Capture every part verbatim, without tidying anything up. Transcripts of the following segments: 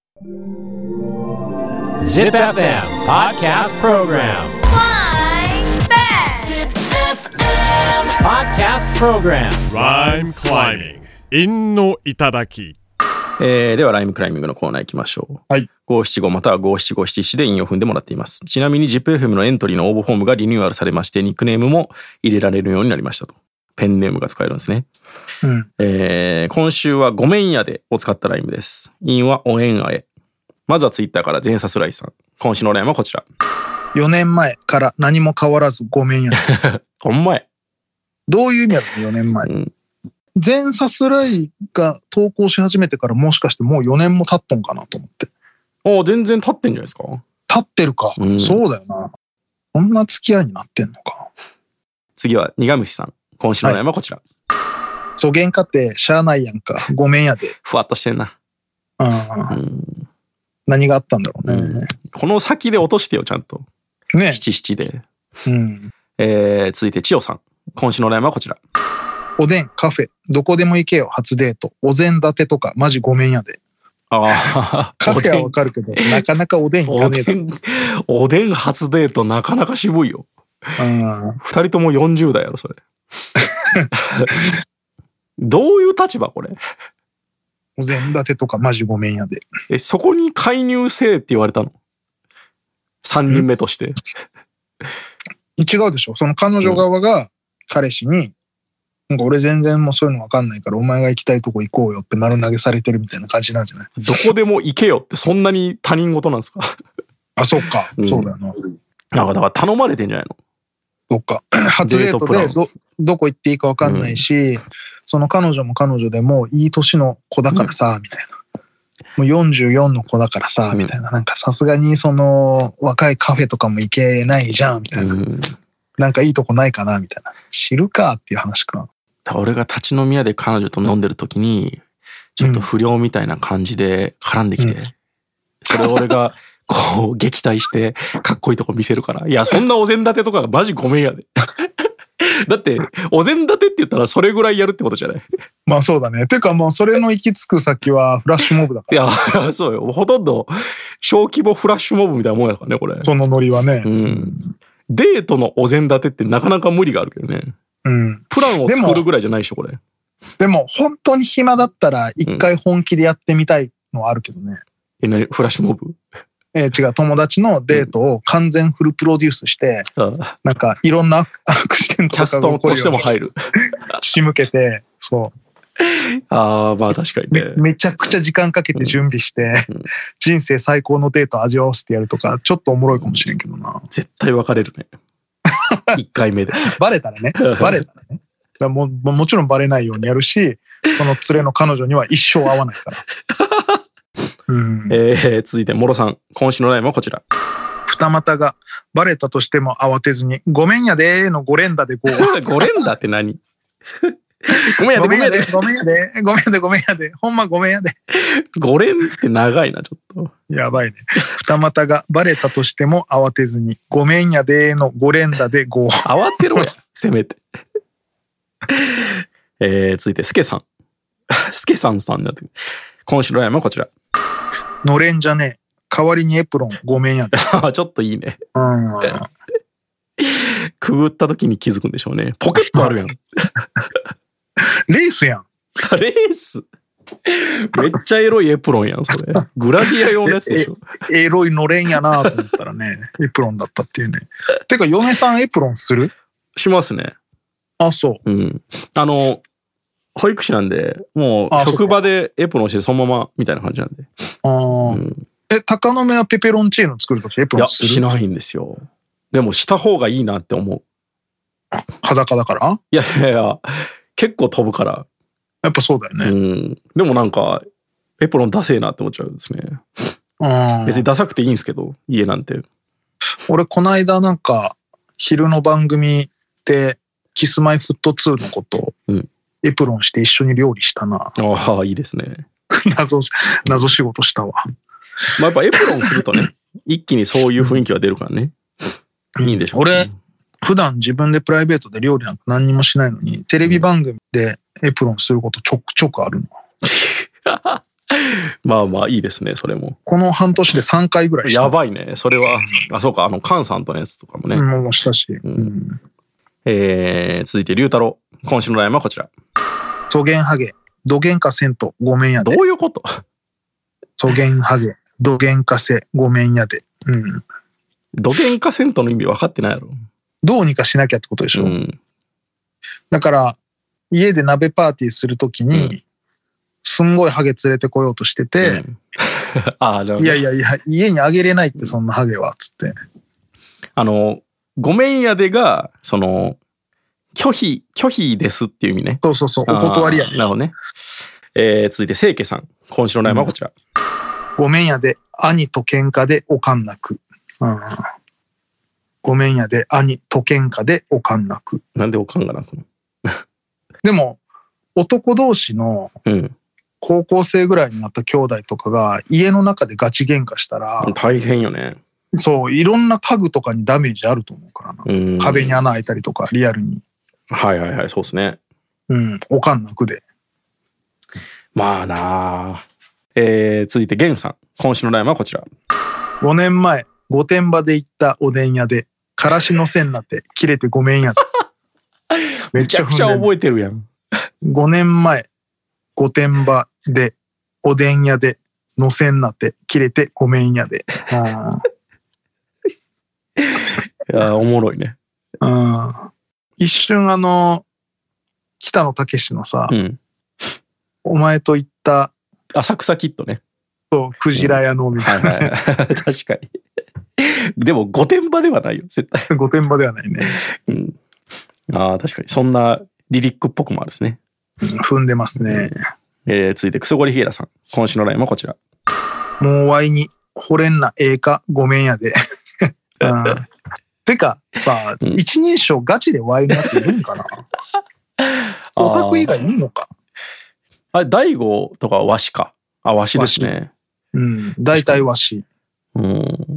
Zip エフエム Podcast Program Flying Back Podcast Program Rhyme climbing 陰の頂き。 えー、ではライムクライミングのコーナー行きましょう。 はい。 ご七五またはご七五七七で韻を踏んでもらっています。ちなみに ジップエフエム のエントリーの応募フォームがリニューアルされまして、ニックネームも入れられるようになりましたと。ペンネームが使えるんですね。 うん。 えー、今週はごめんやでを使ったライムです。韻はおえんあえ。まずはツイッターから全サスライさん。今週のライムはこちら。 よねんまえから何も変わらずごめんや。 ほんまや。 どういう意味やろね、よねんまえ。 うん、 全サスライが投稿し始めてからもしかしてもうよねんも経っとんかなと思って。 ああ、全然経ってんじゃないですか。 経ってるか、 うん。 そうだよな。こんな付き合いになってんのか。 次は苦虫さん。今週のライムはこちら。はい、 そげんかってしゃあないやんか。ごめんやで。 ふわっとしてんな。 うん。うん、何があったんだろうね、うん。 この先で落としてよ、ちゃんと。 ね。 七七で。 うん。 えー、続いて千代さん。今週のライムはこちら。 おでん、カフェ、どこでも行けよ、初デート。お膳立てとか、マジごめんやで。 ああ。 カフェはわかるけど、なかなかおでん行かねえだろ。 おでん初デートなかなか渋いよ。うん。二人ともよんじゅう代やろ、それ。どういう立場これ。 お膳立てとかマジごめんやで。 え、そこに介入せえって言われたの？さんにんめとして。 違うでしょ。その彼女側が彼氏に、なんか俺全然もうそういうの分かんないからお前が行きたいとこ行こうよって丸投げされてるみたいな感じなんじゃない？ どこでも行けよってそんなに他人事なんですか？ あ、そっか、うん、そうだよな。 なんかだから頼まれてんじゃないの？ そっか。初デートで ど, どこ行っていいか分かんないし、うん、その彼女も彼女でもいい年の子だからさ、うん、みたいな。もうよんじゅうよんの子だからさ、うん、みたいな。なんかさすがにその若いカフェとかも行けないじゃんみたいな。うん、なんかいいとこないかなみたいな。知るかっていう話か。 俺が立ち飲み屋で彼女と飲んでる時にちょっと不良みたいな感じで絡んできて、うん、それを俺がこう撃退してかっこいいとこ見せるから。いや、そんなお膳立てとかマジごめんやで。だってお膳立てって言ったらそれぐらいやるってことじゃない？ まあそうだね。てかもうそれの行き着く先はフラッシュモブだから。 いや、そうよ。ほとんど小規模フラッシュモブみたいなもんやからね、これ。 そのノリはね。 うん。デートのお膳立てってなかなか無理があるけどね。うん。プランを作るぐらいじゃないでしょ、これ。 でも本当に暇だったら一回本気でやってみたいのはあるけどね。 うん、え、なにフラッシュモブ？ えー、違う、友達のデートを完全フルプロデュースして、うん、なんかいろんなアクシデントとかキャストとしても入る。 仕向けて、そう。 ああ、まあ確かにねめ。めちゃくちゃ時間かけて準備して、うん、人生最高のデート味わわせてやるとか、ちょっとおもろいかもしれんけどな。 絶対別れるね。いっかいめで。 バレたらね。バレたらね。だも, もちろんバレないようにやるし、その連れの彼女には一生会わないから。 うん、えー、続いてモロさん、今週のライムはこちら。 二股がバレたとしても慌てずにごめんやでーのご連打でゴー。 ご連打って何？ごめんやでごめんやでごめんやでごめんやでごめんやでほんまごめんやで。 ご連って長いなちょっと。 やばいね。二股がバレたとしても慌てずにごめんやでーのご連打でゴー。 慌てろやせめて。えー、続いてスケさん。スケさんさんになってる。今週のライムはこちら。 のれんじゃねえ。代わりにエプロンごめんやで。 ちょっといいね。 うん。 くぐった時に気づくんでしょうね。ポケットあるやん。 レースやん。 レースめっちゃエロいエプロンやん、それ。グラディア用のやつでしょ。 エロいのれんやなと思ったらね、エプロンだったっていうね。てか、嫁さんエプロンする？ しますね。 あ、そう。 うん。あの、保育士なんで、もう職場でエプロンしてそのままみたいな感じなんで。 ああ、うん。え、鷹の目はペペロンチーノ作るときエプロンする？ いや、しないんですよ。でもした方がいいなって思う。 裸だから？ いやいやいや、結構飛ぶから。 やっぱそうだよね。 うん。でもなんか、エプロンダセえなって思っちゃうんですね。 うん。 別にダサくていいんですけど、家なんて。 俺、この間なんか、昼の番組で、キスマイフットツーのことを、エプロンして一緒に料理したな。 うん、ああ、いいですね。 謎、謎仕事したわ。 まあやっぱエプロンするとね、一気にそういう雰囲気は出るからね。いいんでしょうね。 俺、普段自分でプライベートで料理なんか何にもしないのに、テレビ番組でエプロンすることちょくちょくあるの。 まあまあいいですね、それも。 この半年でさんかいぐらいした。 やばいね、それは。あ、そうか、あの、カンさんとのやつとかもね。 うん、もうしたし。 うん、えー、続いて、龍太郎。今週のラインはこちら。 そげんはげ、どげんかせんとごめんやで。 どういうこと？ そげんはげ、どげんかせごめんやで。うん。 どげんかせんとの意味分かってないやろ。 どうにかしなきゃってことでしょ。うん、だから、家で鍋パーティーするときに、うん、すんごいハゲ連れてこようとしてて、うん、あいやいやいや、家にあげれないって、そんなハゲは、つって。 あの、ごめんやでが、その、拒否、拒否ですっていう意味ね。 そうそうそう、お断りや。 なるほどね。えー、続いて、清家さん。今週のラインはこちら。 うん、ごめんやで、兄と喧嘩でおかんなく。うん、ごめんやで、兄と喧嘩でおかんなく。 なんでおかんがなくの？ でも、男同士の高校生ぐらいになった兄弟とかが家の中でガチ喧嘩したら。 大変よね。 そう、いろんな家具とかにダメージあると思うからな。うん、壁に穴開いたりとか、リアルに。 はいはいはい、そうですね。 うん、おかんなくで。 まあなあ。えー、続いて、源さん。今週のラインはこちら。 ごねんまえ、御殿場で行ったおでん屋で、からしのせんなって切れてごめんやで。 めちゃくちゃ覚えてるやん。 ごねんまえ、御殿場でおでん屋でのせんなって切れてごめんやで。あいやおもろいね。 うん一瞬あの北野武のさ、うん、お前と行った浅草キッドね。 そうクジラ屋のみたいな、うんはいはい、 確かに。でも御殿場ではないよ絶対。 御殿場ではないね。 うん、ああ確かにそんなリリックっぽくもあるですね。 うん、踏んでますね。うん、 えー、続いてクソゴリヒエラさん。今週のラインはこちら。 もうワイに惚れんなええかごめんやで。うんてかさ、うん、一人称ガチでワイのやついるんかな。オタク以外いんのか。 あれ大悟とかわしか。あわしですね。 うん大体わし。うん。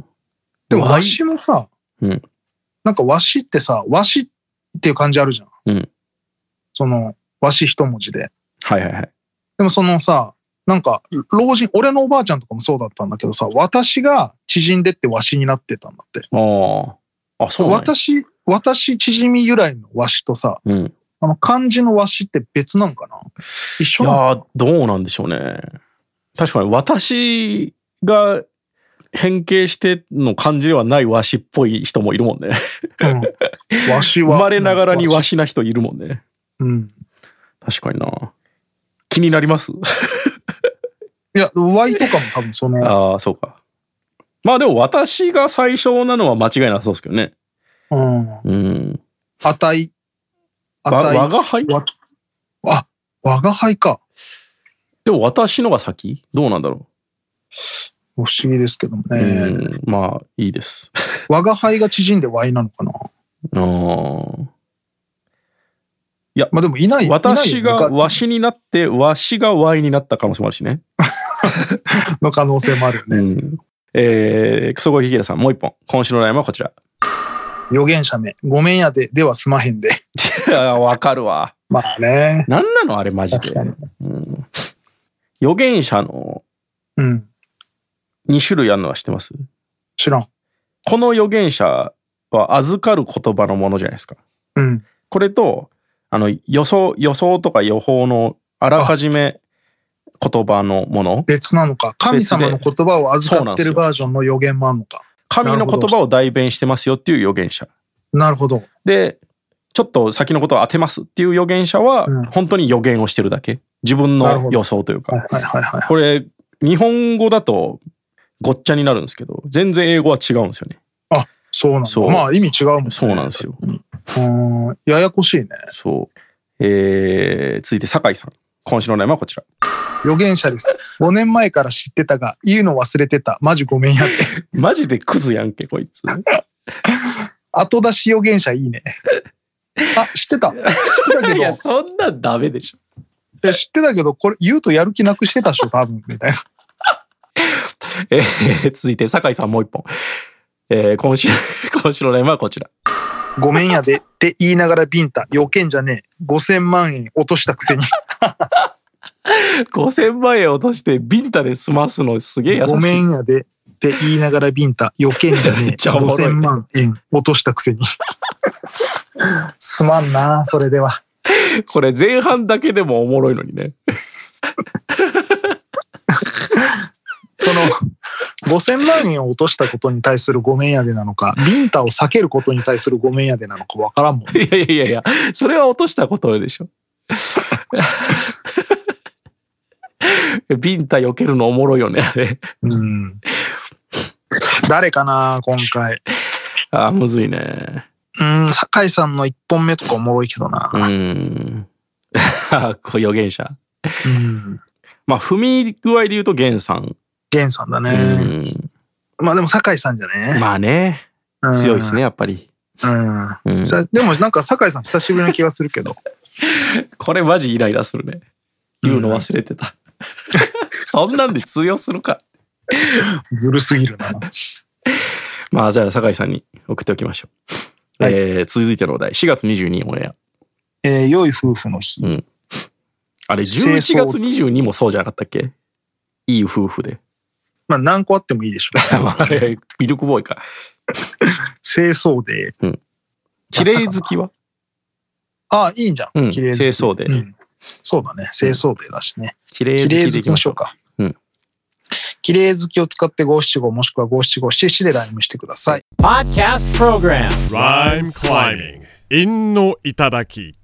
でもわしもさ、うん、なんかわしってさわしっていう感じあるじゃん。うん、そのわし一文字で。はいはいはい。でもそのさなんか老人俺のおばあちゃんとかもそうだったんだけどさ私が縮んでってわしになってたんだって。ああ。あそうなんや。私私縮み由来のわしとさ、うん、あの漢字のわしって別なんかな。一緒なのかな。いやどうなんでしょうね。確かに私が変形しての漢字ではないわしっぽい人もいるもんね。うん、わしは生まれながらにわしな人いるもんね。うん。確かにな。気になります。 いや Y とかも多分その。 ああそうか。まあでも私が最初なのは間違いなさそうですけどね。うん。うん。 あたい。 あたい。わが輩？ あ、わが輩か。 でも私のが先？どうなんだろう。不思議ですけどもね。うん。 まあいいです。 わが輩が縮んで Y なのかな。ああ。 いや、まあでもいない。私がわしになってわしが Y になった可能性もあるしね。 の可能性もあるよね。うんえー、クソゴヒゲラさんもう一本今週のラインはこちら。 予言者めごめんやでではすまへんで。 わかるわ。 まあね。 なんなのあれマジで。うん、予言者のに種類あるのは知ってます？ 知らん。 この預言者は預かる言葉のものじゃないですか。うん、これとあの予想予想とか予報のあらかじめ言葉のもの別なのか。神様の言葉を預かってるバージョンの予言もあるのか。 神の言葉を代弁してますよっていう預言者。 なるほど。 でちょっと先のことを当てますっていう預言者は、うん、本当に予言をしてるだけ。自分の予想というか。これ日本語だとごっちゃになるんですけど全然英語は違うんですよね。 あ、そうなんだ。まあ意味違うもんね。 そうなんですよ。 うん、ややこしいね。 そう。えー、続いて酒井さん。今週のラインはこちら。 預言者です。ごねんまえから知ってたが言うの忘れてた。マジごめんやって。 マジでクズやんけこいつ。 後出し預言者いいね。あ、知ってた。知ってたけど。 いやそんなんダメでしょ。 いや知ってたけどこれ言うとやる気なくしてたでしょ多分みたいな。 えー、続いて酒井さんもう一本。えー、今週今週のラインはこちら。 ごめんやでって言いながらビンタ要件じゃねえごせんまんえん落としたくせに。 ごせんまん円落としてビンタで済ますのすげえ優しい。 ごめんやでって言いながらビンタ余計んじゃねえ。ごせんまん円落としたくせにすまんなそれでは。 これ前半だけでもおもろいのにね。 そのごせんまん円を落としたことに対するごめんやでなのか、ビンタを避けることに対するごめんやでなのか分からんもん、ね。 いやいやいやいや、それは落としたことでしょ。ビンタ避けるのおもろいよねあれ。 うん。誰かな今回。 あーむずいね。 うん、酒井さんのいっぽんめとかおもろいけどな。 うん。こう予言者。 うん。 まあ踏み具合で言うと源さん。 源さんだね。うん。まあでも酒井さんじゃね。 まあね。強いですねやっぱり。 うん。うん、でもなんか酒井さん久しぶりな気がするけど。 これマジイライラするね。言うの忘れてた。うん、そんなんで通用するか。 ずるすぎるな。 まあじゃあ酒井さんに送っておきましょう。はい、えー、続いてのお題しがつにじゅうににオンエア。 えー、良い夫婦の日。うん、 あれじゅういちがつにじゅうにもそうじゃなかったっけ？いい夫婦で。 まあ何個あってもいいでしょう。 あれミルクボーイか。 清掃デー。 うん。綺麗好きは？ ああいいんじゃん。 うん、綺麗好き。清掃デー。うん、 そうだね。清掃デーだしね。 綺麗好きでいきましょうか。うん。綺麗好きを使って五七五もしくは五七五七七でライムしてください。 Podcast Program Rhyme Climbing 陰の頂き。